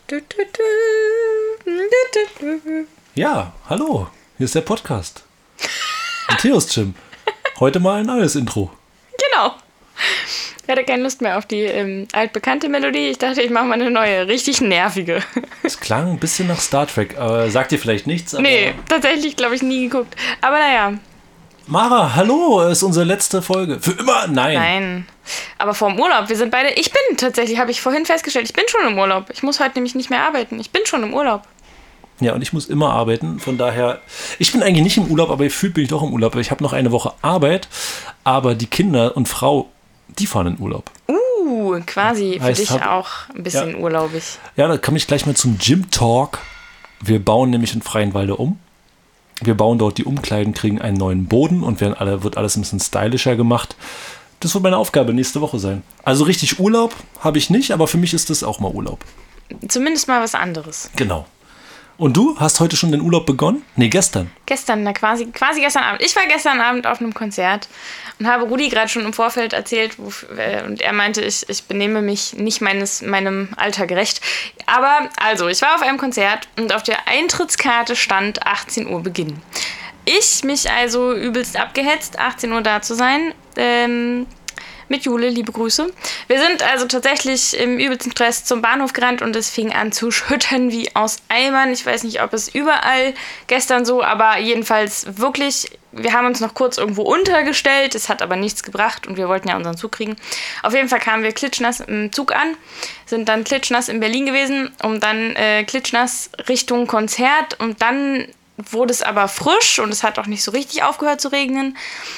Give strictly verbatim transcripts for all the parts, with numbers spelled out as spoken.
Ja, hallo, hier ist der Podcast. Matthäus Gym. Heute mal ein neues Intro. Genau. Ich hatte keine Lust mehr auf die ähm, altbekannte Melodie. Ich dachte, ich mache mal eine neue, richtig nervige. Es klang ein bisschen nach Star Trek, aber sagt dir vielleicht nichts. Aber nee, tatsächlich, glaube ich, nie geguckt. Aber naja. Mara, hallo, ist unsere letzte Folge. Für immer? Nein. Nein. Aber vor dem Urlaub, wir sind beide, ich bin tatsächlich, habe ich vorhin festgestellt, ich bin schon im Urlaub. Ich muss heute nämlich nicht mehr arbeiten. Ich bin schon im Urlaub. Ja, und ich muss immer arbeiten, von daher, ich bin eigentlich nicht im Urlaub, aber gefühlt bin ich doch im Urlaub. Ich habe noch eine Woche Arbeit, aber die Kinder und Frau, die fahren in Urlaub. Uh, quasi für heißt, dich hab, auch ein bisschen ja, urlaubig. Ja, da komme ich gleich mal zum Gym Talk. Wir bauen nämlich in Freienwalde um. Wir bauen dort die Umkleiden, kriegen einen neuen Boden und werden alle, wird alles ein bisschen stylischer gemacht. Das wird meine Aufgabe nächste Woche sein. Also richtig Urlaub habe ich nicht, aber für mich ist das auch mal Urlaub. Zumindest mal was anderes. Genau. Und du hast heute schon den Urlaub begonnen? Nee, gestern. Gestern, na quasi, quasi gestern Abend. Ich war gestern Abend auf einem Konzert und habe Rudi gerade schon im Vorfeld erzählt, wo, äh, und er meinte, ich, ich benehme mich nicht meines, meinem Alter gerecht. Aber also, ich war auf einem Konzert und auf der Eintrittskarte stand achtzehn Uhr Beginn. Ich mich also übelst abgehetzt, achtzehn Uhr da zu sein. Ähm... Mit Jule, liebe Grüße. Wir sind also tatsächlich im übelsten Stress zum Bahnhof gerannt und es fing an zu schütten wie aus Eimern. Ich weiß nicht, ob es überall gestern so, aber jedenfalls wirklich, wir haben uns noch kurz irgendwo untergestellt, es hat aber nichts gebracht und wir wollten ja unseren Zug kriegen. Auf jeden Fall kamen wir klitschnass im Zug an, sind dann klitschnass in Berlin gewesen, um dann äh, klitschnass Richtung Konzert und dann wurde es aber frisch und es hat auch nicht so richtig aufgehört zu regnen.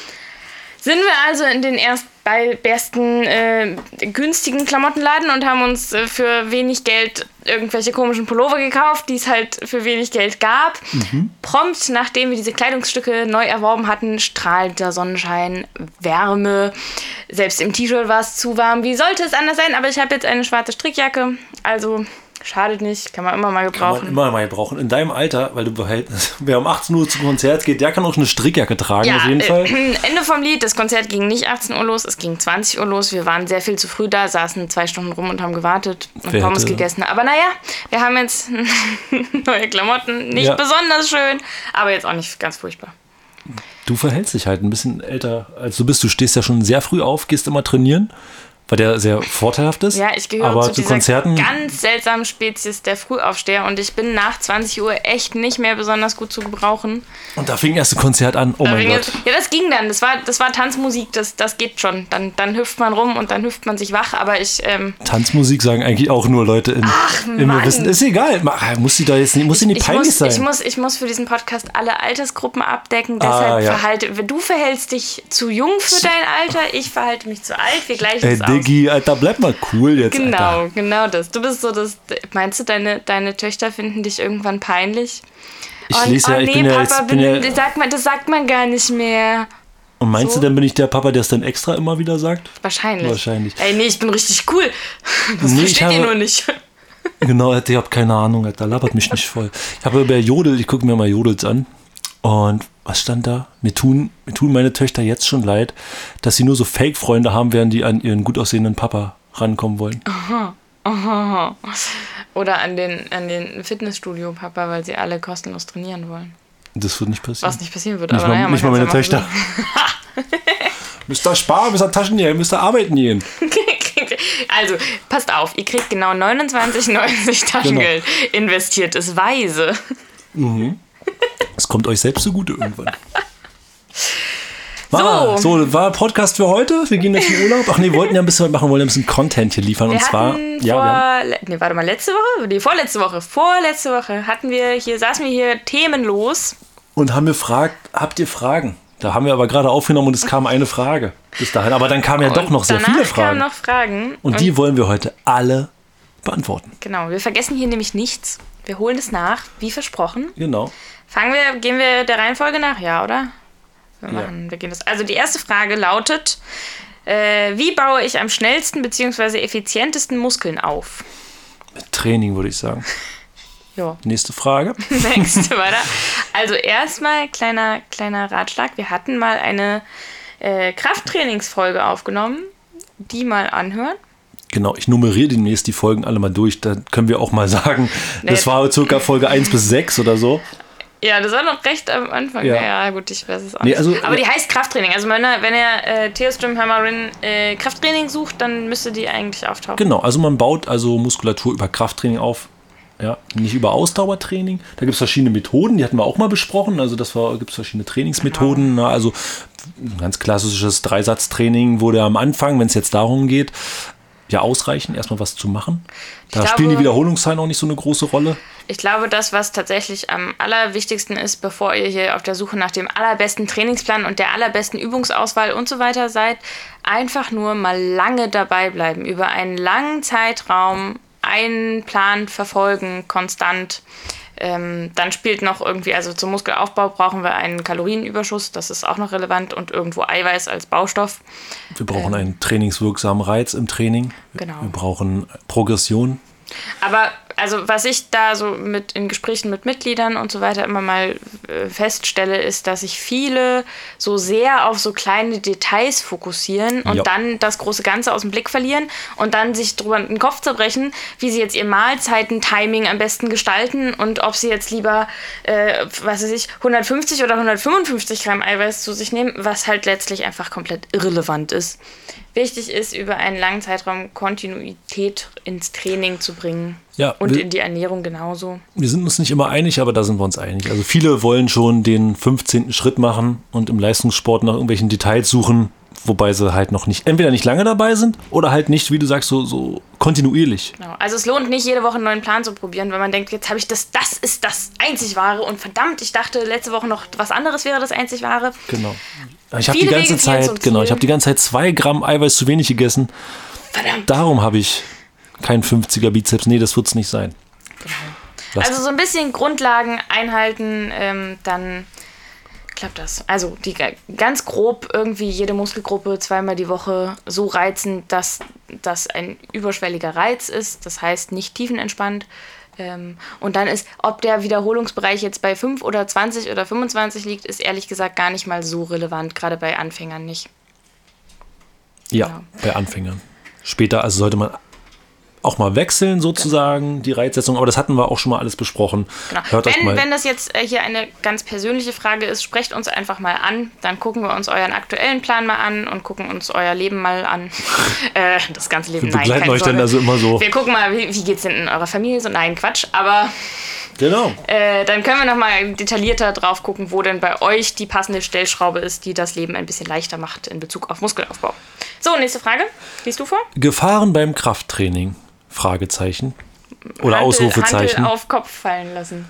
Sind wir also in den erst bei besten äh, günstigen Klamottenladen und haben uns äh, für wenig Geld irgendwelche komischen Pullover gekauft, die es halt für wenig Geld gab. Mhm. Prompt, nachdem wir diese Kleidungsstücke neu erworben hatten, strahlender Sonnenschein, Wärme. Selbst im T-Shirt war es zu warm. Wie sollte es anders sein? Aber ich habe jetzt eine schwarze Strickjacke, also schadet nicht, kann man immer mal gebrauchen. Kann man immer mal gebrauchen. In deinem Alter, weil du behält, wer um achtzehn Uhr zum Konzert geht, der kann auch eine Strickjacke tragen, ja, auf jeden äh, Fall. Ende vom Lied, das Konzert ging nicht achtzehn Uhr los, es ging zwanzig Uhr los. Wir waren sehr viel zu früh da, saßen zwei Stunden rum und haben gewartet und wer Pommes hätte... gegessen. Aber naja, wir haben jetzt neue Klamotten, nicht ja. besonders schön, aber jetzt auch nicht ganz furchtbar. Du verhältst dich halt ein bisschen älter als du bist. Du stehst ja schon sehr früh auf, gehst immer trainieren, weil der sehr vorteilhaft ist. Ja, ich gehöre aber zu zu dieser Konzerten ganz seltsamen Spezies der Frühaufsteher und ich bin nach zwanzig Uhr echt nicht mehr besonders gut zu gebrauchen. Und da fing erst das Konzert an, oh da mein Gott. Es, ja, das ging dann, das war, das war Tanzmusik, das, das geht schon. Dann, dann hüpft man rum und dann hüpft man sich wach, aber ich... Ähm Tanzmusik sagen eigentlich auch nur Leute in, Ach, im Wissen. Ist egal, muss sie da jetzt nicht, muss sie nicht peinlich muss, sein. Ich muss, ich muss für diesen Podcast alle Altersgruppen abdecken, deshalb ah, ja. verhalte... Du verhältst dich zu jung für dein Alter, ich verhalte mich zu alt, wir gleichen Ey, es aus. Diggi, Alter, bleib mal cool jetzt, Genau, Alter. genau das. Du bist so das. Meinst du, deine, deine Töchter finden dich irgendwann peinlich? Ich oh, lese ja, oh, ich nee, bin ja Papa, jetzt, bin bin, ja, sag mal, das sagt man gar nicht mehr. Und meinst so? du, dann bin ich der Papa, der es dann extra immer wieder sagt? Wahrscheinlich. Wahrscheinlich. Ey, nee, ich bin richtig cool. Das nee, versteht habe, ihr nur nicht. Genau, ich habe keine Ahnung, Alter, labert mich nicht voll. Ich habe über Jodel, ich gucke mir mal Jodels an. Und was stand da? Mir tun, mir tun meine Töchter jetzt schon leid, dass sie nur so Fake-Freunde haben, während die an ihren gut aussehenden Papa rankommen wollen. Aha. Aha. Oder an den, an den Fitnessstudio-Papa, weil sie alle kostenlos trainieren wollen. Das wird nicht passieren. Was nicht passieren wird, nicht aber mal, naja, nicht mal meine Töchter. Müsst ihr sparen, müsst ihr Taschen gehen, müsst ihr arbeiten gehen. Also, passt auf, ihr kriegt genau neunundzwanzig neunzig Taschengeld genau. investiert, ist weise. Mhm. Es kommt euch selbst zugute irgendwann. Mama, so. so, war Podcast für heute. Wir gehen jetzt in Urlaub. Ach nee, wir wollten ja ein bisschen machen, wollen ein bisschen Content hier liefern. Wir und zwar. Vor, ja, wir haben, nee, warte mal, letzte Woche? Nee, vorletzte Woche. Vorletzte Woche hatten wir hier, saßen wir hier themenlos. Und haben wir gefragt, habt ihr Fragen? Da haben wir aber gerade aufgenommen und es kam eine Frage bis dahin. Aber dann kamen ja und doch noch sehr viele Fragen. Kamen noch Fragen. Und, und die wollen wir heute alle beantworten. Genau, wir vergessen hier nämlich nichts. Wir holen es nach, wie versprochen. Genau. Fangen wir, gehen wir der Reihenfolge nach, ja, oder? Wir machen, ja. wir gehen das. Also die erste Frage lautet, äh, wie baue ich am schnellsten bzw. effizientesten Muskeln auf? Mit Training, würde ich sagen. Ja. Nächste Frage. Nächste weiter. Also erstmal kleiner, kleiner Ratschlag. Wir hatten mal eine äh, Krafttrainingsfolge aufgenommen. Die mal anhören. Genau, ich nummeriere demnächst die Folgen alle mal durch. Da können wir auch mal sagen, das war circa Folge eins bis sechs oder so. Ja, das war noch recht am Anfang. Ja, ja gut, ich weiß es auch nee, nicht. also, Aber ja. die heißt Krafttraining. Also wenn er, wenn er äh, Theostrom Hermarin äh, Krafttraining sucht, dann müsste die eigentlich auftauchen. Genau, also man baut also Muskulatur über Krafttraining auf. Ja, nicht über Ausdauertraining. Da gibt es verschiedene Methoden, die hatten wir auch mal besprochen. Also das gibt es verschiedene Trainingsmethoden. Genau. Na, also ein ganz klassisches Dreisatztraining wurde am Anfang, wenn es jetzt darum geht, ja ausreichen, erstmal was zu machen. Da glaube, spielen die Wiederholungszahlen auch nicht so eine große Rolle. Ich glaube, das, was tatsächlich am allerwichtigsten ist, bevor ihr hier auf der Suche nach dem allerbesten Trainingsplan und der allerbesten Übungsauswahl und so weiter seid, einfach nur mal lange dabei bleiben, über einen langen Zeitraum einen Plan verfolgen, konstant. Ähm, dann spielt noch irgendwie, also zum Muskelaufbau brauchen wir einen Kalorienüberschuss, das ist auch noch relevant, und irgendwo Eiweiß als Baustoff. Wir brauchen ähm, einen trainingswirksamen Reiz im Training. Genau. Wir brauchen Progression. Aber also was ich da so mit in Gesprächen mit Mitgliedern und so weiter immer mal äh, feststelle, ist, dass sich viele so sehr auf so kleine Details fokussieren und ja. dann das große Ganze aus dem Blick verlieren und dann sich drüber den Kopf zerbrechen, wie sie jetzt ihr Mahlzeiten-Timing am besten gestalten und ob sie jetzt lieber, äh, was weiß ich, hundertfünfzig oder hundertfünfundfünfzig Gramm Eiweiß zu sich nehmen, was halt letztlich einfach komplett irrelevant ist. Wichtig ist, über einen langen Zeitraum Kontinuität ins Training zu bringen. Ja, und wir, in die Ernährung genauso. Wir sind uns nicht immer einig, aber da sind wir uns einig. Also viele wollen schon den fünfzehnten Schritt machen und im Leistungssport nach irgendwelchen Details suchen, wobei sie halt noch nicht, entweder nicht lange dabei sind oder halt nicht, wie du sagst, so, so kontinuierlich. Genau. Also es lohnt nicht, jede Woche einen neuen Plan zu probieren, weil man denkt, jetzt habe ich das, das ist das einzig Wahre und verdammt, ich dachte letzte Woche noch was anderes wäre das einzig Wahre. Genau. Ich habe die ganze Zeit, genau, ich habe die ganze Zeit zwei Gramm Eiweiß zu wenig gegessen. Verdammt. Darum habe ich keinen fünfziger Bizeps. Nee, das wird es nicht sein. Genau. Also so ein bisschen Grundlagen einhalten, ähm, dann klappt das. Also die ganz grob irgendwie jede Muskelgruppe zweimal die Woche so reizen, dass das ein überschwelliger Reiz ist. Das heißt nicht tiefenentspannt. Ähm, und dann ist, ob der Wiederholungsbereich jetzt bei fünf oder zwanzig oder fünfundzwanzig liegt, ist ehrlich gesagt gar nicht mal so relevant, gerade bei Anfängern nicht. Ja, genau. Bei Anfängern. Später, also sollte man auch mal wechseln sozusagen, genau. Die Reizsetzung, aber das hatten wir auch schon mal alles besprochen. Genau. Hört wenn, euch mal. wenn das jetzt äh, hier eine ganz persönliche Frage ist, sprecht uns einfach mal an, dann gucken wir uns euren aktuellen Plan mal an und gucken uns euer Leben mal an. äh, das ganze Leben, wir begleiten nein, keine euch Sorge. dann also immer so. Wir gucken mal, wie, wie geht's denn in eurer Familie so? Nein, Quatsch, aber genau. Äh, dann können wir nochmal detaillierter drauf gucken, wo denn bei euch die passende Stellschraube ist, die das Leben ein bisschen leichter macht in Bezug auf Muskelaufbau. So, nächste Frage. Liest du vor? Gefahren beim Krafttraining? Fragezeichen. Oder Hantel, Ausrufezeichen. Hantel auf Kopf fallen lassen.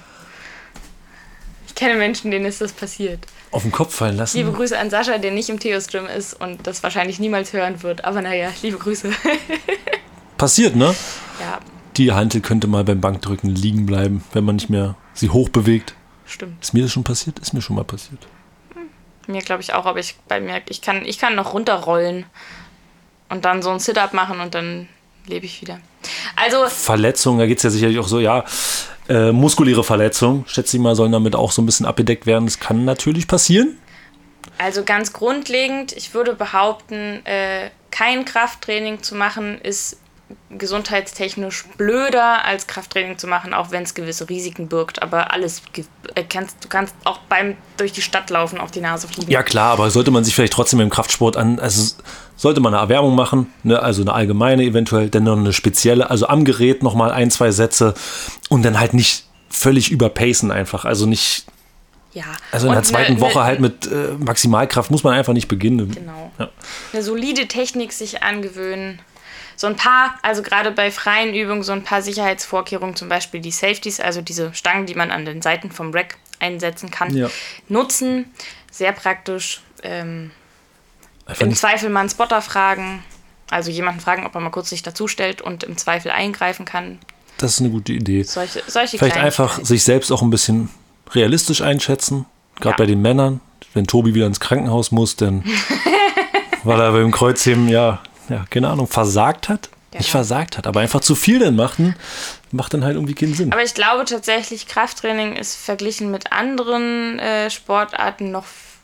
Ich kenne Menschen, denen ist das passiert. Auf den Kopf fallen lassen? Liebe Grüße an Sascha, der nicht im Theostrom ist und das wahrscheinlich niemals hören wird. Aber naja, liebe Grüße. Passiert, ne? Ja. Die Hantel könnte mal beim Bankdrücken liegen bleiben, wenn man nicht mehr sie hochbewegt. Stimmt. Ist mir das schon passiert? Ist mir schon mal passiert. Hm. Mir glaube ich auch, aber ich bei mir, ich kann, ich kann noch runterrollen und dann so ein Sit-Up machen und dann lebe ich wieder. Also Verletzungen, da geht es ja sicherlich auch so, ja, äh, muskuläre Verletzungen, schätze ich mal, sollen damit auch so ein bisschen abgedeckt werden. Das kann natürlich passieren. Also ganz grundlegend, ich würde behaupten, äh, kein Krafttraining zu machen ist gesundheitstechnisch blöder als Krafttraining zu machen, auch wenn es gewisse Risiken birgt. Aber alles ge- äh, kannst du kannst auch beim durch die Stadt laufen auf die Nase fliegen. Ja klar, aber sollte man sich vielleicht trotzdem im Kraftsport an, also sollte man eine Erwärmung machen, ne, also eine allgemeine eventuell, dann noch eine spezielle, also am Gerät nochmal ein, zwei Sätze und dann halt nicht völlig überpacen einfach, also nicht, ja. Also in Und der zweiten ne, Woche ne, halt mit äh, Maximalkraft muss man einfach nicht beginnen. Genau. Ja. Eine solide Technik sich angewöhnen. So ein paar, also gerade bei freien Übungen, so ein paar Sicherheitsvorkehrungen, zum Beispiel die Safeties, also diese Stangen, die man an den Seiten vom Rack einsetzen kann, Ja. nutzen. Sehr praktisch. Ähm, Einfach Im nicht, Zweifel mal einen Spotter fragen. Also jemanden fragen, ob er mal kurz sich dazustellt und im Zweifel eingreifen kann. das ist eine gute Idee. Solche, solche Vielleicht einfach Kleinigkeiten. sich selbst auch ein bisschen realistisch einschätzen, gerade Ja. bei den Männern. Wenn Tobi wieder ins Krankenhaus muss, dann weil er beim Kreuzheben, ja, ja, keine Ahnung, versagt hat. Ja. Nicht versagt hat, aber einfach zu viel dann machten, macht dann halt irgendwie keinen Sinn. Aber ich glaube tatsächlich, Krafttraining ist verglichen mit anderen äh, Sportarten noch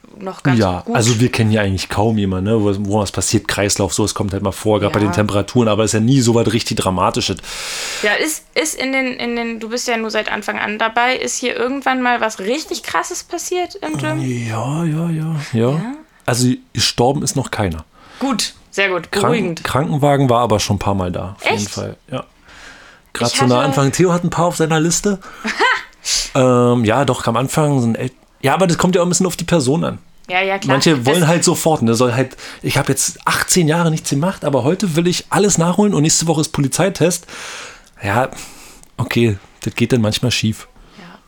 noch ganz ja, gut. Also wir kennen ja eigentlich kaum jemanden, ne, wo, wo was passiert, Kreislauf, so, es kommt halt mal vor, gerade Ja. bei den Temperaturen, aber es ist ja nie so was richtig Dramatisches. Ja, ist, ist in den, in den, du bist ja nur seit Anfang an dabei, ist hier irgendwann mal was richtig Krasses passiert im Gym? Ja, ja, ja, ja. Ja? Also gestorben ist noch keiner. Gut, sehr gut, Kranken, beruhigend. Krankenwagen war aber schon ein paar Mal da, auf jeden Echt? Fall. Ja. Gerade Ich so nah hatte- Anfang, Theo hat ein paar auf seiner Liste. ähm, ja, doch, am Anfang sind El- ja, aber das kommt ja auch ein bisschen auf die Person an. Ja, ja, klar. Manche wollen das, halt sofort, ne, soll halt, ich habe jetzt achtzehn Jahre nichts gemacht, aber heute will ich alles nachholen und nächste Woche ist Polizeitest. Ja, okay, das geht dann manchmal schief. Ja.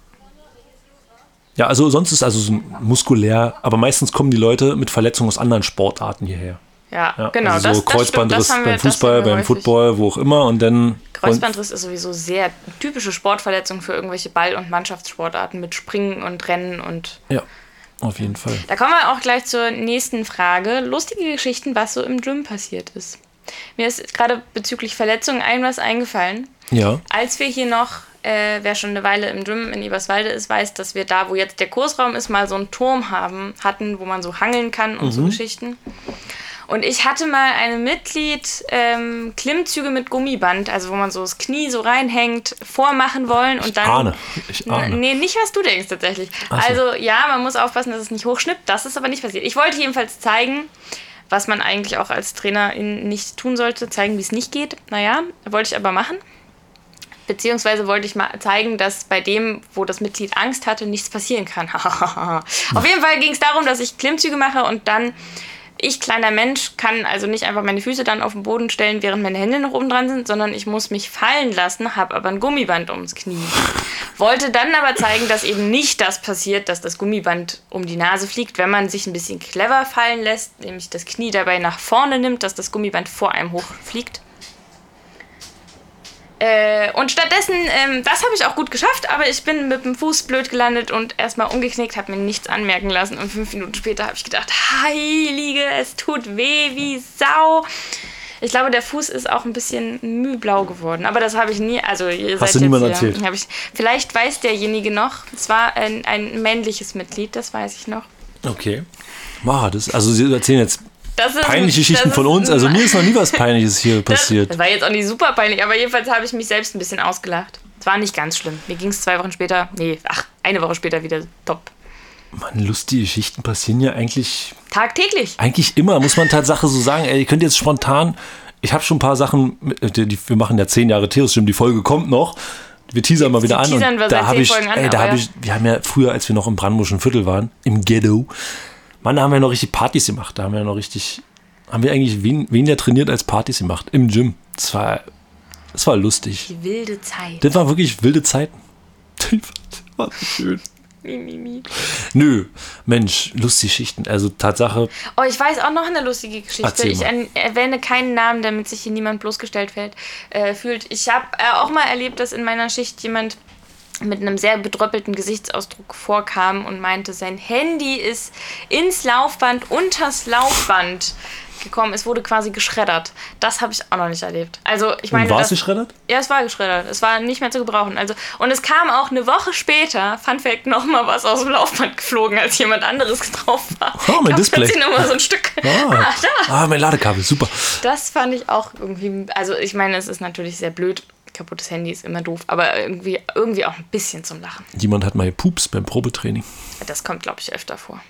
Ja, also sonst ist also so muskulär, aber meistens kommen die Leute mit Verletzungen aus anderen Sportarten hierher. Ja, Ja, genau. also das, so das stimmt, Kreuzbandriss das haben wir, beim Fußball, das haben wir beim häufig. Football, wo auch immer und dann Kreuzbandriss ist sowieso sehr typische Sportverletzung für irgendwelche Ball- und Mannschaftssportarten mit Springen und Rennen und ja, auf jeden Fall. da kommen wir auch gleich zur nächsten Frage. Lustige Geschichten, was so im Gym passiert ist. Mir ist gerade bezüglich Verletzungen ein was eingefallen. Ja, Als wir hier noch, äh, wer schon eine Weile im Gym in Eberswalde ist, weiß, dass wir da, wo jetzt der Kursraum ist, mal so einen Turm haben, hatten, wo man so hangeln kann und so Geschichten. Und ich hatte mal eine Mitglied ähm, Klimmzüge mit Gummiband, also wo man so das Knie so reinhängt, vormachen wollen und dann... ahne. Ich ahne. Nee, nicht, was du denkst tatsächlich. Ach so. Also ja, man muss aufpassen, dass es nicht hochschnippt. Das ist aber nicht passiert. Ich wollte jedenfalls zeigen, was man eigentlich auch als Trainerin nicht tun sollte, zeigen, wie es nicht geht. Naja, wollte ich aber machen. Beziehungsweise wollte ich mal zeigen, dass bei dem, wo das Mitglied Angst hatte, nichts passieren kann. Auf jeden Fall ging es darum, dass ich Klimmzüge mache und dann, ich, kleiner Mensch, kann also nicht einfach meine Füße dann auf den Boden stellen, während meine Hände noch oben dran sind, sondern ich muss mich fallen lassen, habe aber ein Gummiband ums Knie. Wollte dann aber zeigen, dass eben nicht das passiert, dass das Gummiband um die Nase fliegt, wenn man sich ein bisschen clever fallen lässt, nämlich das Knie dabei nach vorne nimmt, dass das Gummiband vor einem hochfliegt. Äh, und stattdessen, ähm, das habe ich auch gut geschafft, aber ich bin mit dem Fuß blöd gelandet und erstmal umgeknickt, habe mir nichts anmerken lassen und fünf Minuten später habe ich gedacht, heilige, es tut weh wie Sau. Ich glaube, der Fuß ist auch ein bisschen mühblau geworden, aber das habe ich nie, also ihr Hast seid du niemandem jetzt hier, erzählt? hab ich, vielleicht weiß derjenige noch, es war ein, ein männliches Mitglied, das weiß ich noch. Okay. Wow, das, also Sie erzählen jetzt Das ist, peinliche Geschichten das von ist- uns. Also mir ist noch nie was Peinliches hier Das, passiert. das war jetzt auch nicht super peinlich, aber jedenfalls habe ich mich selbst ein bisschen ausgelacht. Es war nicht ganz schlimm. Mir ging es zwei Wochen später, nee, ach, eine Woche später wieder top. Mann, lustige Geschichten passieren ja eigentlich, Tagtäglich. eigentlich immer, muss man Tatsache so sagen. Ey, ihr könnt jetzt spontan, ich habe schon ein paar Sachen, mit- die, die, wir machen ja zehn Jahre Theos, stimmt, die Folge kommt noch. Wir teasern mal wieder Die an. teasern wir und seit da habe zehn ich, Folgen an, ey, da aber habe ja. ich, wir haben ja früher, als wir noch im Brandenburgischen Viertel waren, im Ghetto, Mann, da haben wir noch richtig Partys gemacht. Da haben wir noch richtig, haben wir eigentlich wen, weniger trainiert als Partys gemacht. Im Gym. Das war, das war lustig. Die wilde Zeit. Das war wirklich wilde Zeiten. Das war so schön. Mi, mi, mi. Nö, Mensch, lustige Geschichten. Also Tatsache, Oh, ich weiß auch noch eine lustige Geschichte. Erzähl Ich mal. ein, erwähne keinen Namen, damit sich hier niemand bloßgestellt fällt, äh, fühlt. Ich habe äh, auch mal erlebt, dass in meiner Schicht jemand mit einem sehr bedröppelten Gesichtsausdruck vorkam und meinte, sein Handy ist ins Laufband, unters Laufband gekommen. Es wurde quasi geschreddert. Das habe ich auch noch nicht erlebt. Also ich meine, und war es das, geschreddert? ja, es war geschreddert. Es war nicht mehr zu gebrauchen. Also, und es kam auch eine Woche später, Fun Fact, nochmal was aus dem Laufband geflogen, als jemand anderes drauf war. Oh, mein Kam Display. plötzlich nochmal so ein Stück. Ah, Ah, da. ah, mein Ladekabel, super. Das fand ich auch irgendwie, also ich meine, es ist natürlich sehr blöd. Kaputtes Handy ist immer doof, aber irgendwie, irgendwie auch ein bisschen zum Lachen. Jemand hat mal Pups beim Probetraining. Das kommt, glaube ich, öfter vor.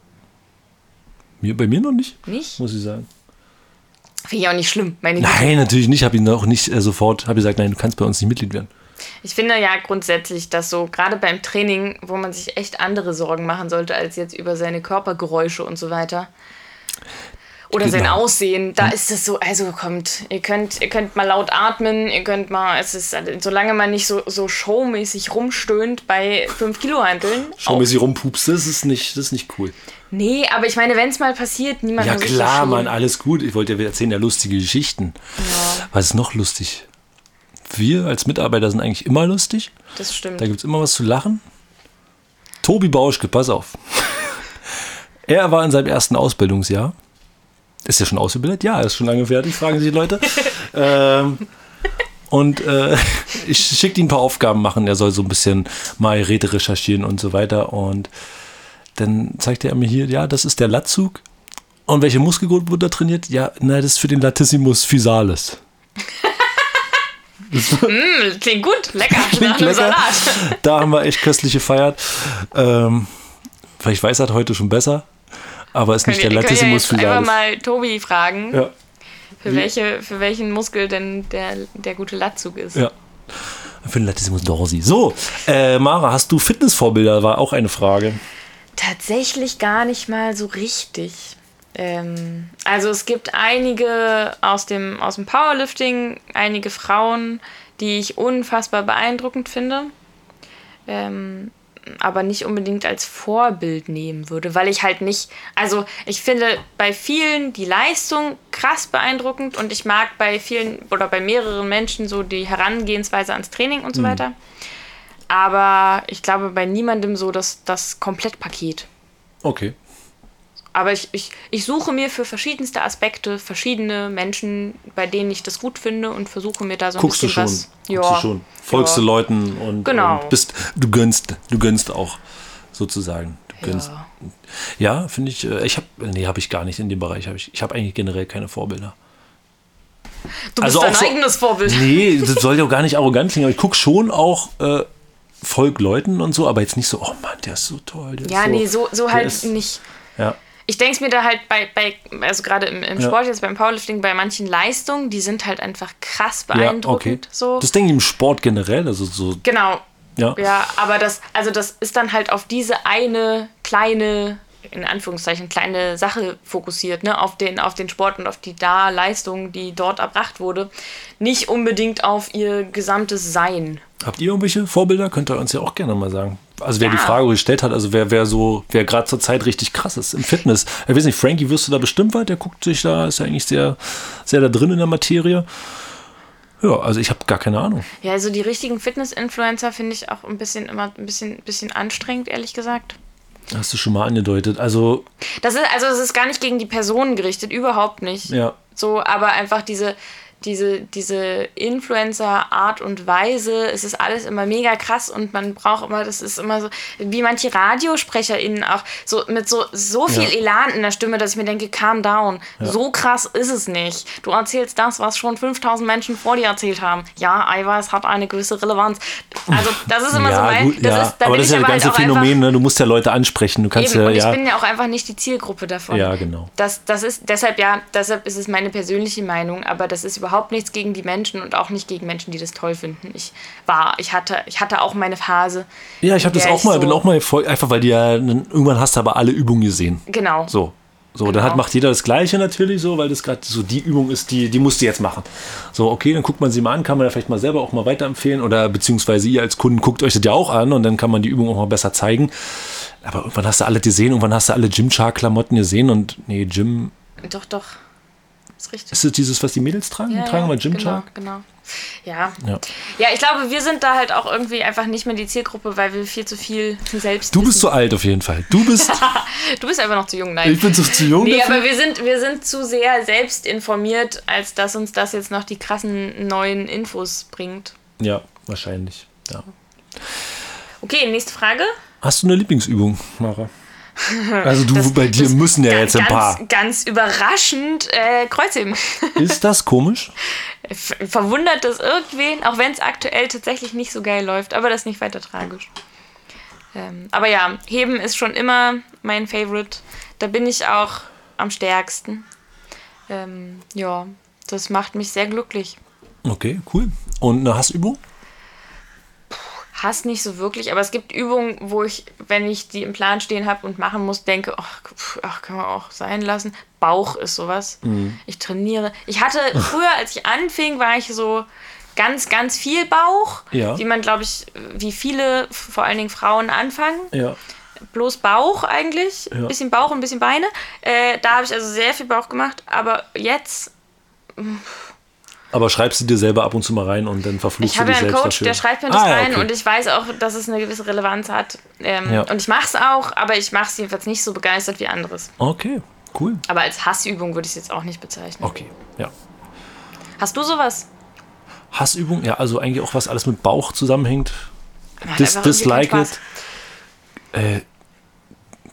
Mir, bei mir noch nicht, Nicht? muss ich sagen. Finde ich auch nicht schlimm. Meine Güte. Nein, natürlich nicht. Habe ihn auch nicht äh, sofort, habe gesagt, nein, du kannst bei uns nicht Mitglied werden. Ich finde ja grundsätzlich, dass so gerade beim Training, wo man sich echt andere Sorgen machen sollte, als jetzt über seine Körpergeräusche und so weiter. Oder sein Genau. Aussehen, da ist es so, also kommt, ihr könnt, ihr könnt mal laut atmen, ihr könnt mal, es ist, solange man nicht so, so showmäßig rumstöhnt bei fünf Kilo Hanteln. Schau mir sie rumpupst, das ist nicht, das ist nicht cool. Nee, aber ich meine, wenn es mal passiert, niemand Ja muss sich klar, schämen. Mann, alles gut. Ich wollte ja erzählen, ja lustige Geschichten. Ja, Was ist noch lustig? Wir als Mitarbeiter sind eigentlich immer lustig. das stimmt. Da gibt es immer was zu lachen. Tobi Bauschke, pass auf. Er war in seinem ersten Ausbildungsjahr. Ist er schon ausgebildet? Ja, er ist schon lange fertig, fragen sich die Leute. ähm, und äh, ich schicke ihm ein paar Aufgaben machen. Er soll so ein bisschen mal Rede recherchieren und so weiter. Und dann zeigte er mir hier, ja, das ist der Latzug. Und welche Muskelgruppe wird da trainiert? Ja, na, das ist für den Latissimus physalis. mm, klingt gut, lecker, klingt lecker. Salat. Da haben wir echt köstlich gefeiert. Ähm, vielleicht weiß er heute schon besser, aber ist nicht der Latissimus physalis. Einfach mal Tobi fragen, ja. für, welche, für welchen Muskel denn der, der gute Latzug ist. Ja, für den Latissimus dorsi. So, äh, Mara, hast du Fitnessvorbilder? War auch eine Frage. Tatsächlich gar nicht mal so richtig. Ähm, also es gibt einige aus dem, aus dem Powerlifting, einige Frauen, die ich unfassbar beeindruckend finde, ähm, aber nicht unbedingt als Vorbild nehmen würde, weil ich halt nicht, also ich finde bei vielen die Leistung krass beeindruckend und ich mag bei vielen oder bei mehreren Menschen so die Herangehensweise ans Training und so weiter, aber ich glaube bei niemandem so das, das Komplettpaket. Okay. Aber ich, ich, ich suche mir für verschiedenste Aspekte verschiedene Menschen, bei denen ich das gut finde und versuche mir da so ein Guckst bisschen du schon, was... Guckst ja, du schon. Folgst ja. du Leuten und, genau. und bist, du gönnst, du gönnst auch sozusagen. Du gönnst. Ja, ja finde ich, ich habe, nee, habe ich gar nicht in dem Bereich. Hab ich ich habe eigentlich generell keine Vorbilder. Du bist also dein so, eigenes Vorbild. Nee, das soll ja auch gar nicht arrogant klingen, aber ich gucke schon auch... Äh, folg Leuten und so, aber jetzt nicht so, oh Mann, der ist so toll. Der ja, ist so, nee, so, so halt ist, nicht. Ja. Ich denke es mir da halt bei, bei also gerade im, im Sport, ja. jetzt beim Powerlifting, bei manchen Leistungen, die sind halt einfach krass beeindruckend. Ja, okay. So. Das denke ich im Sport generell, also so. Genau. Ja. Ja, aber das, also das ist dann halt auf diese eine kleine, in Anführungszeichen, kleine Sache fokussiert, ne, auf den, auf den Sport und auf die da Leistung, die dort erbracht wurde, nicht unbedingt auf ihr gesamtes Sein. Habt ihr irgendwelche Vorbilder? Könnt ihr uns ja auch gerne mal sagen. Also wer ja. die Frage gestellt hat, also wer, wer so, wer gerade zur Zeit richtig krass ist im Fitness. Ich weiß nicht, Frankie, wirst du da bestimmt weit? Der guckt sich da, ist ja eigentlich sehr, sehr da drin in der Materie. Ja, also ich habe gar keine Ahnung. Ja, also die richtigen Fitness-Influencer finde ich auch ein bisschen immer ein bisschen, bisschen anstrengend, ehrlich gesagt. Hast du schon mal angedeutet. Also das ist, also es ist gar nicht gegen die Personen gerichtet, überhaupt nicht. Ja. So, aber einfach diese, diese, diese Influencer-Art und Weise, es ist alles immer mega krass und man braucht immer, das ist immer so, wie manche RadiosprecherInnen auch, so mit so, so viel ja. Elan in der Stimme, dass ich mir denke, calm down. Ja. So krass ist es nicht. Du erzählst das, was schon fünftausend Menschen vor dir erzählt haben. Ja, Eiweiß hat eine gewisse Relevanz. Also das ist immer ja, so mein... Gut, das ja. ist, aber das ist ja das ganze halt Phänomen, ne? Du musst ja Leute ansprechen. Du kannst eben, ja, und ich ja. bin ja auch einfach nicht die Zielgruppe davon. Ja, genau. Das, das ist, deshalb, ja, deshalb ist es meine persönliche Meinung, aber das ist überhaupt nichts gegen die Menschen und auch nicht gegen Menschen, die das toll finden. Ich war, ich hatte, ich hatte auch meine Phase. Ja, ich habe das auch mal, so bin auch mal voll, einfach weil die ja, irgendwann hast du aber alle Übungen gesehen. Genau. So. So, genau. dann hat, macht jeder das Gleiche natürlich so, weil das gerade so die Übung ist, die, die musst du jetzt machen. So, okay, dann guckt man sie mal an, kann man ja vielleicht mal selber auch mal weiterempfehlen oder beziehungsweise ihr als Kunden guckt euch das ja auch an und dann kann man die Übung auch mal besser zeigen. Aber irgendwann hast du alle gesehen, irgendwann hast du alle Gymshark-Klamotten gesehen und nee, Gym... Doch, doch. Ist richtig. Ist das dieses, was die Mädels tragen? Ja, die tragen ja, mal Gymshark? Genau, genau. Ja. ja. Ja, ich glaube, wir sind da halt auch irgendwie einfach nicht mehr die Zielgruppe, weil wir viel zu viel selbst Du wissen. bist zu alt auf jeden Fall. Du bist... du bist einfach noch zu jung, nein. Ich bin so zu jung Nee, dafür? aber wir sind, wir sind zu sehr selbst informiert, als dass uns das jetzt noch die krassen neuen Infos bringt. Ja, wahrscheinlich. Ja. Okay, nächste Frage. Hast du eine Lieblingsübung, Mara? Also du, das, bei dir müssen ja ganz, jetzt ein paar. Ganz, ganz überraschend äh, Kreuzheben. Ist das komisch? Verwundert das irgendwen, auch wenn es aktuell tatsächlich nicht so geil läuft, aber das ist nicht weiter tragisch. Ähm, aber ja, Heben ist schon immer mein Favorite. Da bin ich auch am stärksten. Ähm, ja, das macht mich sehr glücklich. Okay, cool. Und eine Hassübung? Hass nicht so wirklich, aber es gibt Übungen, wo ich, wenn ich die im Plan stehen habe und machen muss, denke, ach, ach, kann man auch sein lassen. Bauch ist sowas. Mhm. Ich trainiere. Ich hatte früher, als ich anfing, war ich so ganz, ganz viel Bauch, ja. wie man, glaube ich, wie viele, vor allen Dingen Frauen anfangen. Ja. Bloß Bauch eigentlich, ein ja. bisschen Bauch und ein bisschen Beine. Äh, da habe ich also sehr viel Bauch gemacht, aber jetzt... Aber schreibst du dir selber ab und zu mal rein und dann verfluchst du dich selbst dafür? Ich habe ja einen Coach, der schreibt mir das ah, ja, rein okay. und ich weiß auch, dass es eine gewisse Relevanz hat. Ähm, ja. Und ich mache es auch, aber ich mache es jedenfalls nicht so begeistert wie anderes. Okay, cool. Aber als Hassübung würde ich es jetzt auch nicht bezeichnen. Okay, ja. Hast du sowas? Hassübung? Ja, also eigentlich auch was alles mit Bauch zusammenhängt. Dis, dislike it. Äh,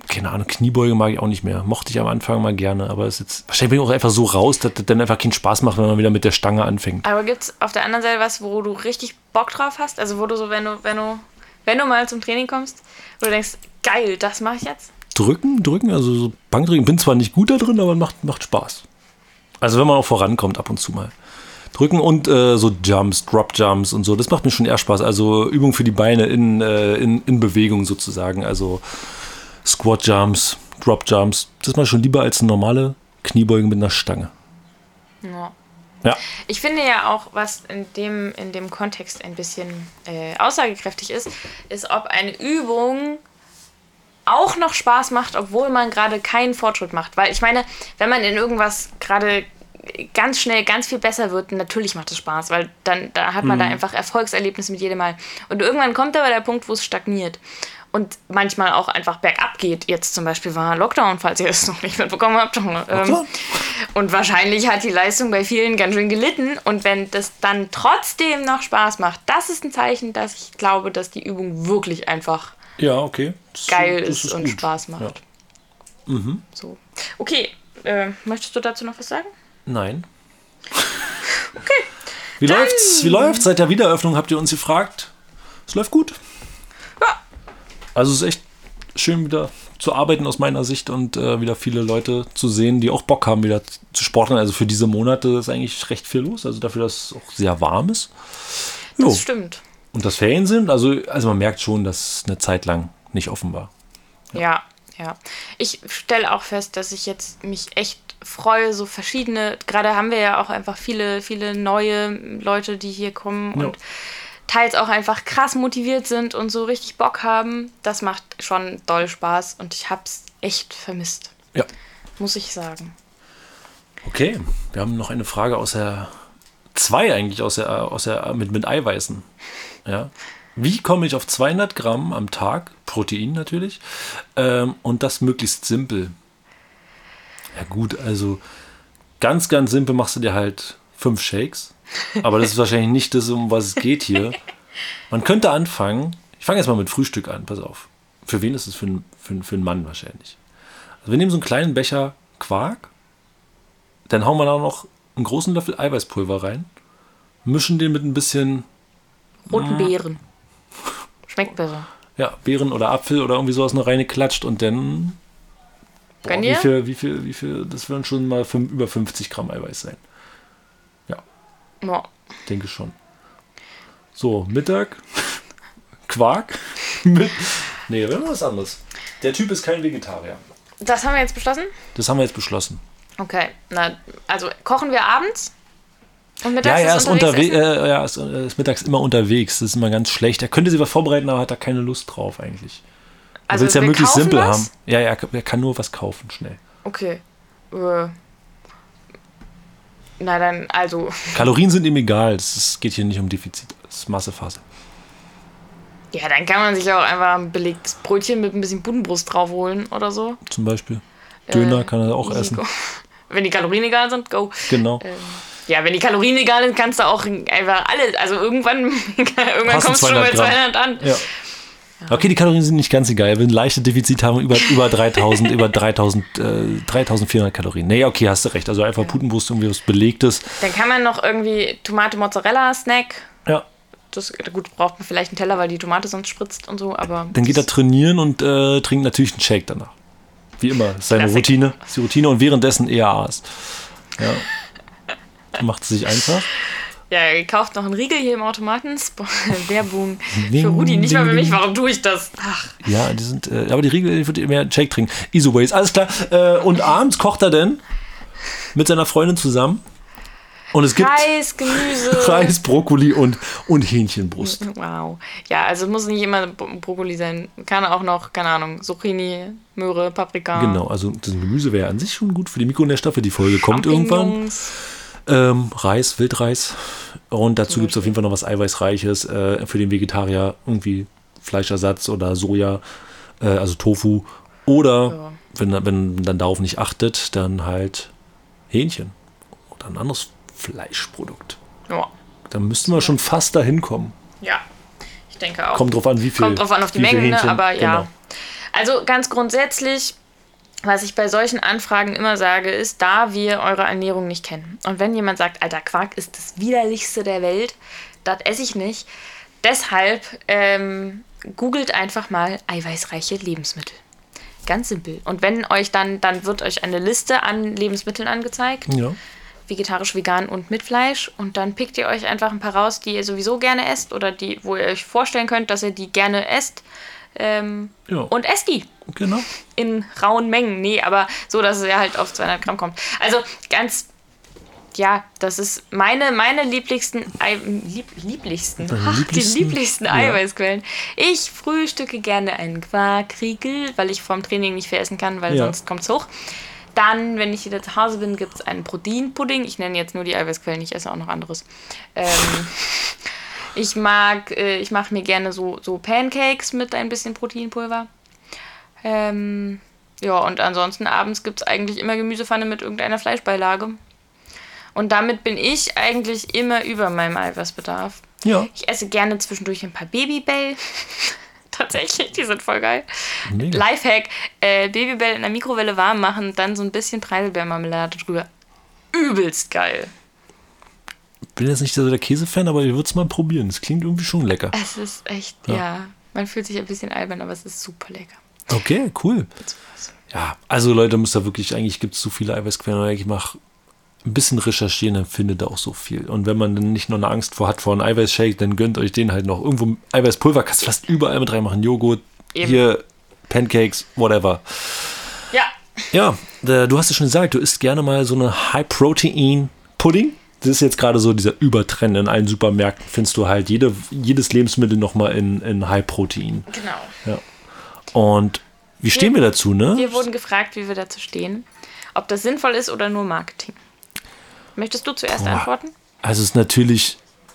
keine Ahnung, Kniebeuge mag ich auch nicht mehr. Mochte ich am Anfang mal gerne, aber es ist jetzt, wahrscheinlich bin ich auch einfach so raus, dass das dann einfach keinen Spaß macht, wenn man wieder mit der Stange anfängt. Aber gibt's auf der anderen Seite was, wo du richtig Bock drauf hast? Also wo du so, wenn du, wenn du, wenn du mal zum Training kommst, wo du denkst, geil, das mache ich jetzt? Drücken, drücken, also so Bankdrücken. Bin zwar nicht gut da drin, aber macht, macht Spaß. Also wenn man auch vorankommt, ab und zu mal. Drücken und äh, so Jumps, Drop-Jumps und so, das macht mir schon eher Spaß. Also Übung für die Beine in, äh, in, in Bewegung sozusagen. Also Squat-Jumps, Drop-Jumps. Das ist mal schon lieber als eine normale Kniebeugen mit einer Stange. Ja. Ja. Ich finde ja auch, was in dem, in dem Kontext ein bisschen äh, aussagekräftig ist, ist, ob eine Übung auch noch Spaß macht, obwohl man gerade keinen Fortschritt macht. Weil ich meine, wenn man in irgendwas gerade ganz schnell ganz viel besser wird, natürlich macht es Spaß, weil dann da hat man mhm. da einfach Erfolgserlebnisse mit jedem Mal. Und irgendwann kommt aber der Punkt, wo es stagniert. Und manchmal auch einfach bergab geht. Jetzt zum Beispiel war Lockdown, falls ihr es noch nicht mitbekommen habt. Ähm, und wahrscheinlich hat die Leistung bei vielen ganz schön gelitten. Und wenn das dann trotzdem noch Spaß macht, das ist ein Zeichen, dass ich glaube, dass die Übung wirklich einfach ja, okay. das, geil das ist, ist und gut. Spaß macht. Ja. Mhm. So. Okay, äh, möchtest du dazu noch was sagen? Nein. Okay. Wie dann. läuft's? Wie läuft's? Seit der Wiedereröffnung habt ihr uns gefragt. Es läuft gut. Ja. Also es ist echt schön wieder zu arbeiten aus meiner Sicht und äh, wieder viele Leute zu sehen, die auch Bock haben, wieder zu sporteln. Also für diese Monate ist eigentlich recht viel los. Also dafür, dass es auch sehr warm ist. Jo. Das stimmt. Und dass Ferien sind. Also, also man merkt schon, dass es eine Zeit lang nicht offen war. Ja, ja. ja. Ich stelle auch fest, dass ich jetzt mich echt freue, so verschiedene, gerade haben wir ja auch einfach viele, viele neue Leute, die hier kommen ja. und teils auch einfach krass motiviert sind und so richtig Bock haben. Das macht schon doll Spaß und ich hab's echt vermisst. Ja. Muss ich sagen. Okay, wir haben noch eine Frage aus der, zwei eigentlich aus der, aus der, mit, mit Eiweißen. Ja. Wie komme ich auf zweihundert Gramm am Tag, Protein natürlich, ähm, und das möglichst simpel? Ja gut, also ganz, ganz simpel machst du dir halt fünf Shakes. Aber das ist wahrscheinlich nicht das, um was es geht hier. Man könnte anfangen, ich fange jetzt mal mit Frühstück an, pass auf. Für wen ist es? Für, ein, für, für einen Mann wahrscheinlich. Also wir nehmen so einen kleinen Becher Quark, dann hauen wir da noch einen großen Löffel Eiweißpulver rein, mischen den mit ein bisschen roten Beeren. Schmeckt besser. Ja, Beeren oder Apfel oder irgendwie sowas noch reingeklatscht und dann boah, wie viel, wie viel, wie viel, das werden schon mal fünf, über fünfzig Gramm Eiweiß sein. Ja. Ja. Denke schon. So, Mittag, Quark mit, nee, wir haben was anderes. Der Typ ist kein Vegetarier. Das haben wir jetzt beschlossen? Das haben wir jetzt beschlossen. Okay, na, also kochen wir abends? Und mittags ja, er ist, ist, unterwe- äh, ja, ist, äh, ist mittags immer unterwegs. Das ist immer ganz schlecht. Er könnte sich was vorbereiten, aber hat da keine Lust drauf eigentlich. Er also will es ja möglichst simpel was? haben. Ja, ja, er kann nur was kaufen, schnell. Okay. Äh. Na dann, also. Kalorien sind ihm egal. Es geht hier nicht um Defizit. Das ist Massephase. Ja, dann kann man sich auch einfach ein belegtes Brötchen mit ein bisschen Budenbrust draufholen oder so. Zum Beispiel. Döner äh, kann er auch essen. Go. Wenn die Kalorien egal sind, go. Genau. Ähm. Ja, wenn die Kalorien egal sind, kannst du auch einfach alles. Also irgendwann, irgendwann kommst du schon bei zweihundert an. Ja. Ja. Okay, die Kalorien sind nicht ganz egal. Wenn leichte Defizit haben, über, über dreitausend, über dreitausend, äh, dreitausendvierhundert Kalorien. Nee, okay, hast du recht. Also einfach ja. Putenbrust, irgendwie was Belegtes. Dann kann man noch irgendwie Tomate-Mozzarella-Snack. Ja. Das, gut, braucht man vielleicht einen Teller, weil die Tomate sonst spritzt und so, aber... Dann geht er trainieren und äh, trinkt natürlich einen Shake danach. Wie immer. Das ist seine Klassik. Routine. Das ist die Routine und währenddessen E A As. Ja. Macht es sich einfach. Ja, er kauft noch einen Riegel hier im Automaten. Werbung für Rudi, nicht mal für mich. Warum tue ich das? Ach. Ja, die sind, äh, aber die Riegel wird mehr Shake trinken. Isoways, alles klar. Äh, und abends kocht er denn mit seiner Freundin zusammen. Und es gibt Reis, Gemüse. Reis, Brokkoli und, und Hähnchenbrust. Wow. Ja, also muss nicht immer Brokkoli sein. Kann auch noch, keine Ahnung, Zucchini, Möhre, Paprika. Genau, also das Gemüse wäre an sich schon gut für die Mikronährstoffe. Die Folge kommt irgendwann. Ähm, Reis, Wildreis. Und dazu gibt es auf jeden Fall noch was Eiweißreiches äh, für den Vegetarier. Irgendwie Fleischersatz oder Soja, äh, also Tofu. Oder, ja. wenn, wenn man dann darauf nicht achtet, dann halt Hähnchen. Oder ein anderes Fleischprodukt. Ja. Da müssten wir schon fast dahin kommen. Ja, ich denke auch. Kommt drauf an, wie viel. Kommt drauf an auf die Mengen, ne? Aber ja. Genau. Also ganz grundsätzlich, was ich bei solchen Anfragen immer sage, ist, da wir eure Ernährung nicht kennen. Und wenn jemand sagt, Alter, Quark ist das widerlichste der Welt, das esse ich nicht. Deshalb ähm, googelt einfach mal eiweißreiche Lebensmittel. Ganz simpel. Und wenn euch dann, dann wird euch eine Liste an Lebensmitteln angezeigt. Ja. Vegetarisch, vegan und mit Fleisch. Und dann pickt ihr euch einfach ein paar raus, die ihr sowieso gerne esst oder die, wo ihr euch vorstellen könnt, dass ihr die gerne esst. Ähm, ja. Und esst die. Genau. In rauen Mengen. Nee, aber so, dass es ja halt auf zweihundert Gramm kommt. Also ganz, ja, das ist meine, meine lieblichsten, Ei, lieb, lieblichsten, ach, lieblichsten? die lieblichsten Ja. Eiweißquellen. Ich frühstücke gerne einen Quarkriegel, weil ich vorm Training nicht viel essen kann, weil Ja. sonst kommt es hoch. Dann, wenn ich wieder zu Hause bin, gibt es einen Proteinpudding. Ich nenne jetzt nur die Eiweißquellen, ich esse auch noch anderes. Ähm... Ich mag, äh, ich mache mir gerne so, so Pancakes mit ein bisschen Proteinpulver. Ähm, ja, und ansonsten abends gibt es eigentlich immer Gemüsepfanne mit irgendeiner Fleischbeilage. Und damit bin ich eigentlich immer über meinem Eiweißbedarf. Ja. Ich esse gerne zwischendurch ein paar Babybell. Tatsächlich, die sind voll geil. Mega. Lifehack, äh, Babybell in der Mikrowelle warm machen, dann so ein bisschen Preiselbeermarmelade drüber. Übelst geil. Bin jetzt nicht so der Käsefan, aber ich würde es mal probieren. Es klingt irgendwie schon lecker. Es ist echt, Ja. ja. Man fühlt sich ein bisschen albern, aber es ist super lecker. Okay, cool. Ja, also Leute, müsst da wirklich, eigentlich gibt es so viele Eiweißquellen. Ich mache ein bisschen recherchieren, dann findet ihr auch so viel. Und wenn man dann nicht nur eine Angst vor hat vor einem Eiweißshake, dann gönnt euch den halt noch. Irgendwo Eiweißpulver, kannst du fast überall mit reinmachen. Joghurt, Eben. hier Pancakes, whatever. Ja. Ja, äh, du hast es schon gesagt, du isst gerne mal so eine High-Protein-Pudding. Das ist jetzt gerade so dieser Übertrend. In allen Supermärkten findest du halt jede, jedes Lebensmittel nochmal in, in High-Protein. Genau. Ja. Und wie stehen wir, wir dazu, ne? Wir wurden gefragt, wie wir dazu stehen. Ob das sinnvoll ist oder nur Marketing. Möchtest du zuerst Boah. antworten? Also es ist natürlich,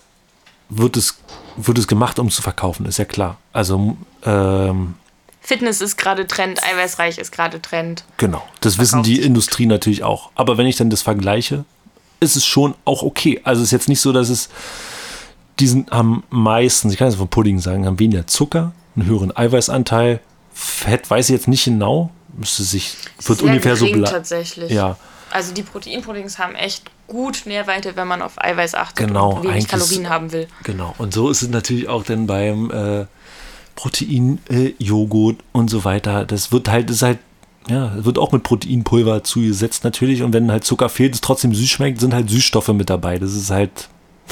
wird es, wird es gemacht, um zu verkaufen, ist ja klar. Also, ähm, Fitness ist gerade Trend, eiweißreich ist gerade Trend. genau, das wissen Verkauft die sich. Industrie natürlich auch. Aber wenn ich dann das vergleiche, ist es schon auch okay. Also es ist jetzt nicht so, dass es, die sind am meisten, ich kann jetzt von Pudding sagen, haben weniger Zucker, einen höheren Eiweißanteil. Fett weiß ich jetzt nicht genau, müsste sich, wird Sehr ungefähr so gering bleiben. tatsächlich. Ja, Also die Proteinpuddings haben echt gut Nährwerte, wenn man auf Eiweiß achtet Genau, und wenig eigentlich Kalorien ist- haben will. genau. Und so ist es natürlich auch dann beim äh, Protein, äh, Joghurt und so weiter. Das wird halt, das ist halt, ja, wird auch mit Proteinpulver zugesetzt natürlich. Und wenn halt Zucker fehlt, es trotzdem süß schmeckt, sind halt Süßstoffe mit dabei. Das ist halt,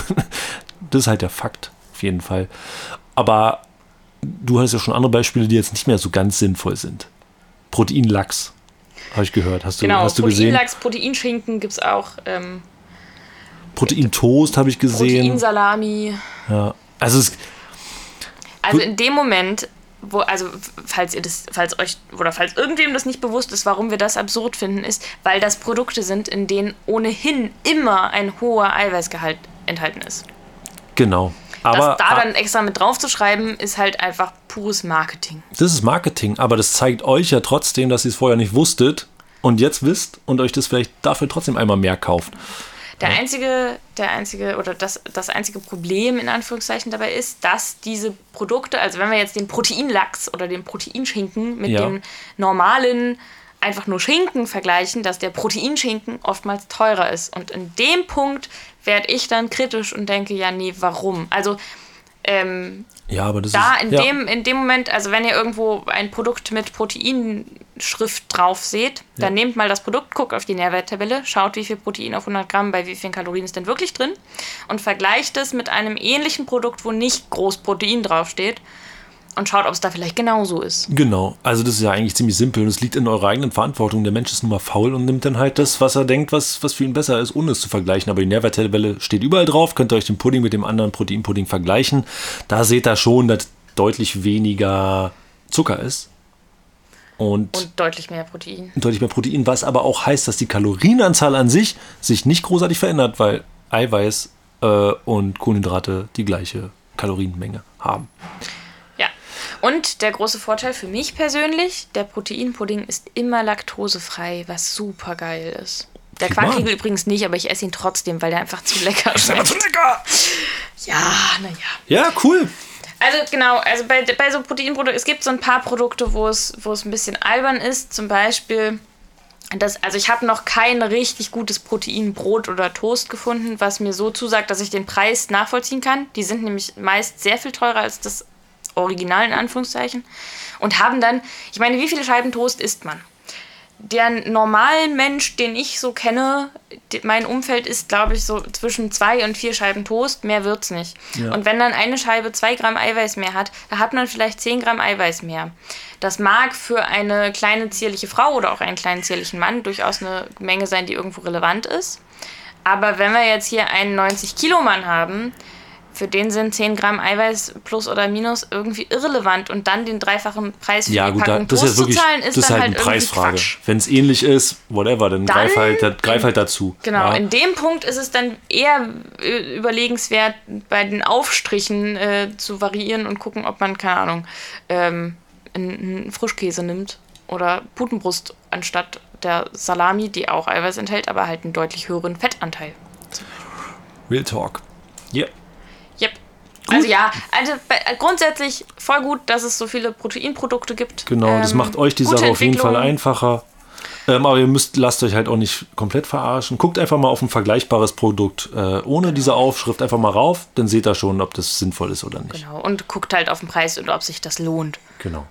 das ist halt der Fakt, auf jeden Fall. Aber du hast ja schon andere Beispiele, die jetzt nicht mehr so ganz sinnvoll sind. Proteinlachs, habe ich gehört. Hast du, Genau, hast du gesehen? Proteinlachs, Proteinschinken gibt es auch. Ähm, Proteintoast habe ich gesehen. Proteinsalami. Ja. Also es, Also Gut. in dem Moment, wo, also falls ihr das, falls euch, oder falls irgendwem das nicht bewusst ist, warum wir das absurd finden, ist, weil das Produkte sind, in denen ohnehin immer ein hoher Eiweißgehalt enthalten ist. genau. Aber das da dann extra mit drauf zu schreiben, ist halt einfach pures Marketing. das ist Marketing, aber das zeigt euch ja trotzdem, dass ihr es vorher nicht wusstet und jetzt wisst und euch das vielleicht dafür trotzdem einmal mehr kauft. Der einzige, der einzige, oder das, das einzige Problem in Anführungszeichen dabei ist, dass diese Produkte, also wenn wir jetzt den Proteinlachs oder den Proteinschinken mit Ja. dem normalen einfach nur Schinken vergleichen, dass der Proteinschinken oftmals teurer ist. Und in dem Punkt werde ich dann kritisch und denke, ja, nee, warum? Also ähm, Ja, aber das da ist in, ja, dem, in dem Moment, also wenn ihr irgendwo ein Produkt mit Proteinschrift drauf seht, dann Ja. nehmt mal das Produkt, guckt auf die Nährwerttabelle, schaut, wie viel Protein auf hundert Gramm, bei wie vielen Kalorien ist denn wirklich drin und vergleicht es mit einem ähnlichen Produkt, wo nicht groß Protein draufsteht und schaut, ob es da vielleicht genauso ist. genau. Also das ist ja eigentlich ziemlich simpel und es liegt in eurer eigenen Verantwortung. Der Mensch ist nun mal faul und nimmt dann halt das, was er denkt, was, was für ihn besser ist, ohne es zu vergleichen. Aber die Nährwerttabelle steht überall drauf. Könnt ihr euch den Pudding mit dem anderen Proteinpudding vergleichen. Da seht ihr schon, dass deutlich weniger Zucker ist. Und, Und deutlich mehr Protein. deutlich mehr Protein, was aber auch heißt, dass die Kalorienanzahl an sich sich nicht großartig verändert, weil Eiweiß äh, und Kohlenhydrate die gleiche Kalorienmenge haben. Ja. Und der große Vorteil für mich persönlich, der Proteinpudding ist immer laktosefrei, was super geil ist. Der Guck mal. Quarkriegel übrigens nicht, aber ich esse ihn trotzdem, weil der einfach zu lecker Das ist aber schmeckt. zu lecker! Ja, naja. Ja, cool. Also genau, also bei, bei so Proteinprodukten, es gibt so ein paar Produkte, wo es, wo es ein bisschen albern ist. Zum Beispiel, das, also ich habe noch kein richtig gutes Proteinbrot oder Toast gefunden, was mir so zusagt, dass ich den Preis nachvollziehen kann. Die sind nämlich meist sehr viel teurer als das Original in Anführungszeichen. Und haben dann, ich meine, wie viele Scheiben Toast isst man? Der normale Mensch, den ich so kenne, die, mein Umfeld isst, glaube ich, so zwischen zwei und vier Scheiben Toast. Mehr wird's nicht. Ja. Und wenn dann eine Scheibe zwei Gramm Eiweiß mehr hat, da hat man vielleicht zehn Gramm Eiweiß mehr. Das mag für eine kleine zierliche Frau oder auch einen kleinen zierlichen Mann durchaus eine Menge sein, die irgendwo relevant ist. Aber wenn wir jetzt hier einen neunzig Kilo Mann haben, für den sind zehn Gramm Eiweiß plus oder minus irgendwie irrelevant und dann den dreifachen Preis für ja, die gut, Packung da, das Toast ist wirklich, zu zahlen, ist das ist dann halt halt eine Preisfrage. Quatsch. Wenn es ähnlich ist, whatever, dann, dann greif, halt, greif halt dazu. Genau, ja. In dem Punkt ist es dann eher überlegenswert, bei den Aufstrichen äh, zu variieren und gucken, ob man, keine Ahnung, ähm, einen Frischkäse nimmt oder Putenbrust anstatt der Salami, die auch Eiweiß enthält, aber halt einen deutlich höheren Fettanteil. Real Talk. Ja. Yeah. Yep. Also ja, also grundsätzlich voll gut, dass es so viele Proteinprodukte gibt. Genau, ähm, das macht euch die Sache auf jeden Fall einfacher. Ähm, aber ihr müsst, lasst euch halt auch nicht komplett verarschen. Guckt einfach mal auf ein vergleichbares Produkt äh, ohne genau. diese Aufschrift einfach mal rauf, dann seht ihr schon, ob das sinnvoll ist oder nicht. Genau, und guckt halt auf den Preis und ob sich das lohnt. Genau.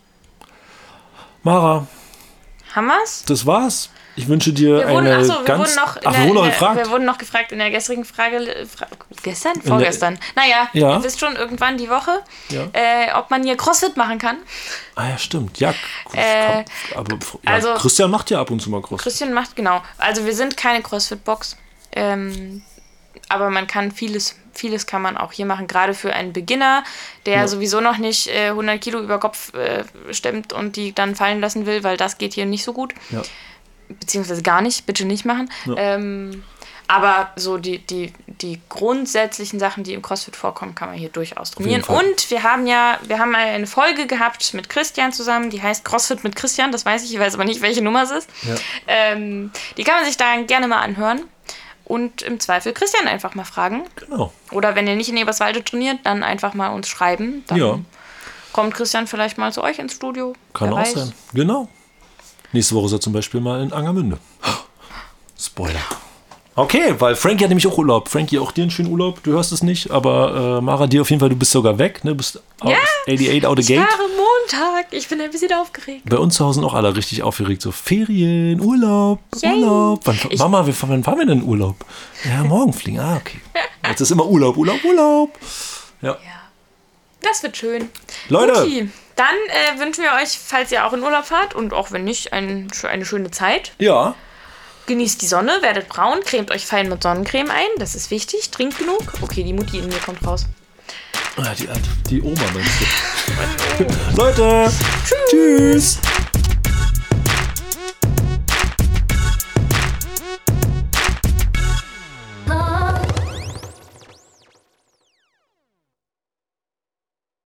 Mara. Haben wir's? Das war's. Ich wünsche dir wir wurden, eine achso, wir ganz... Wurden noch Ach, wir wurden noch der, gefragt? Wir wurden noch gefragt in der gestrigen Frage... Fra gestern? Vorgestern. Naja, ja. ihr wisst schon, irgendwann die Woche, ja. äh, ob man hier CrossFit machen kann. Ah ja, stimmt. Ja, äh, aber, ja also, Christian macht ja ab und zu mal CrossFit. Christian macht, genau. Also wir sind keine CrossFit-Box, ähm, aber man kann vieles... Vieles kann man auch hier machen, gerade für einen Beginner, der ja. sowieso noch nicht äh, hundert Kilo über Kopf äh, stemmt und die dann fallen lassen will, weil das geht hier nicht so gut. Ja. Beziehungsweise gar nicht, bitte nicht machen. Ja. Ähm, aber so die, die, die grundsätzlichen Sachen, die im CrossFit vorkommen, kann man hier durchaus trainieren. Und wir haben ja, wir haben eine Folge gehabt mit Christian zusammen, die heißt CrossFit mit Christian, das weiß ich, ich weiß aber nicht, welche Nummer es ist. Ja. Ähm, die kann man sich da gerne mal anhören. Und im Zweifel Christian einfach mal fragen. Genau. Oder wenn ihr nicht in Eberswalde trainiert, dann einfach mal uns schreiben. Dann ja. kommt Christian vielleicht mal zu euch ins Studio. Kann auch weiß. sein. Genau. Nächste Woche ist er zum Beispiel mal in Angermünde. Spoiler. Okay, weil Frankie hat nämlich auch Urlaub. Frankie, auch dir einen schönen Urlaub. Du hörst es nicht, aber äh, Mara, dir auf jeden Fall, du bist sogar weg. Ne? Du bist out, ja, achtundachtzig out the gate. gate. Ich fahre Montag. Ich bin ein bisschen aufgeregt. Bei uns zu Hause sind auch alle richtig aufgeregt. So Ferien, Urlaub, Yay. Urlaub. Wann, Mama, wann fahren wir denn in Urlaub? Ja, morgen fliegen. Ah, okay. Jetzt ist immer Urlaub, Urlaub, Urlaub. Ja. ja. Das wird schön. Leute. Guti. Dann äh, wünschen wir euch, falls ihr auch in Urlaub fahrt und auch wenn nicht, ein, eine schöne Zeit. Ja. Genießt die Sonne, werdet braun, cremt euch fein mit Sonnencreme ein, das ist wichtig, trinkt genug. Okay, die Mutti in mir kommt raus. Ah, die, die Oma meinst du. Leute, tschüss. tschüss.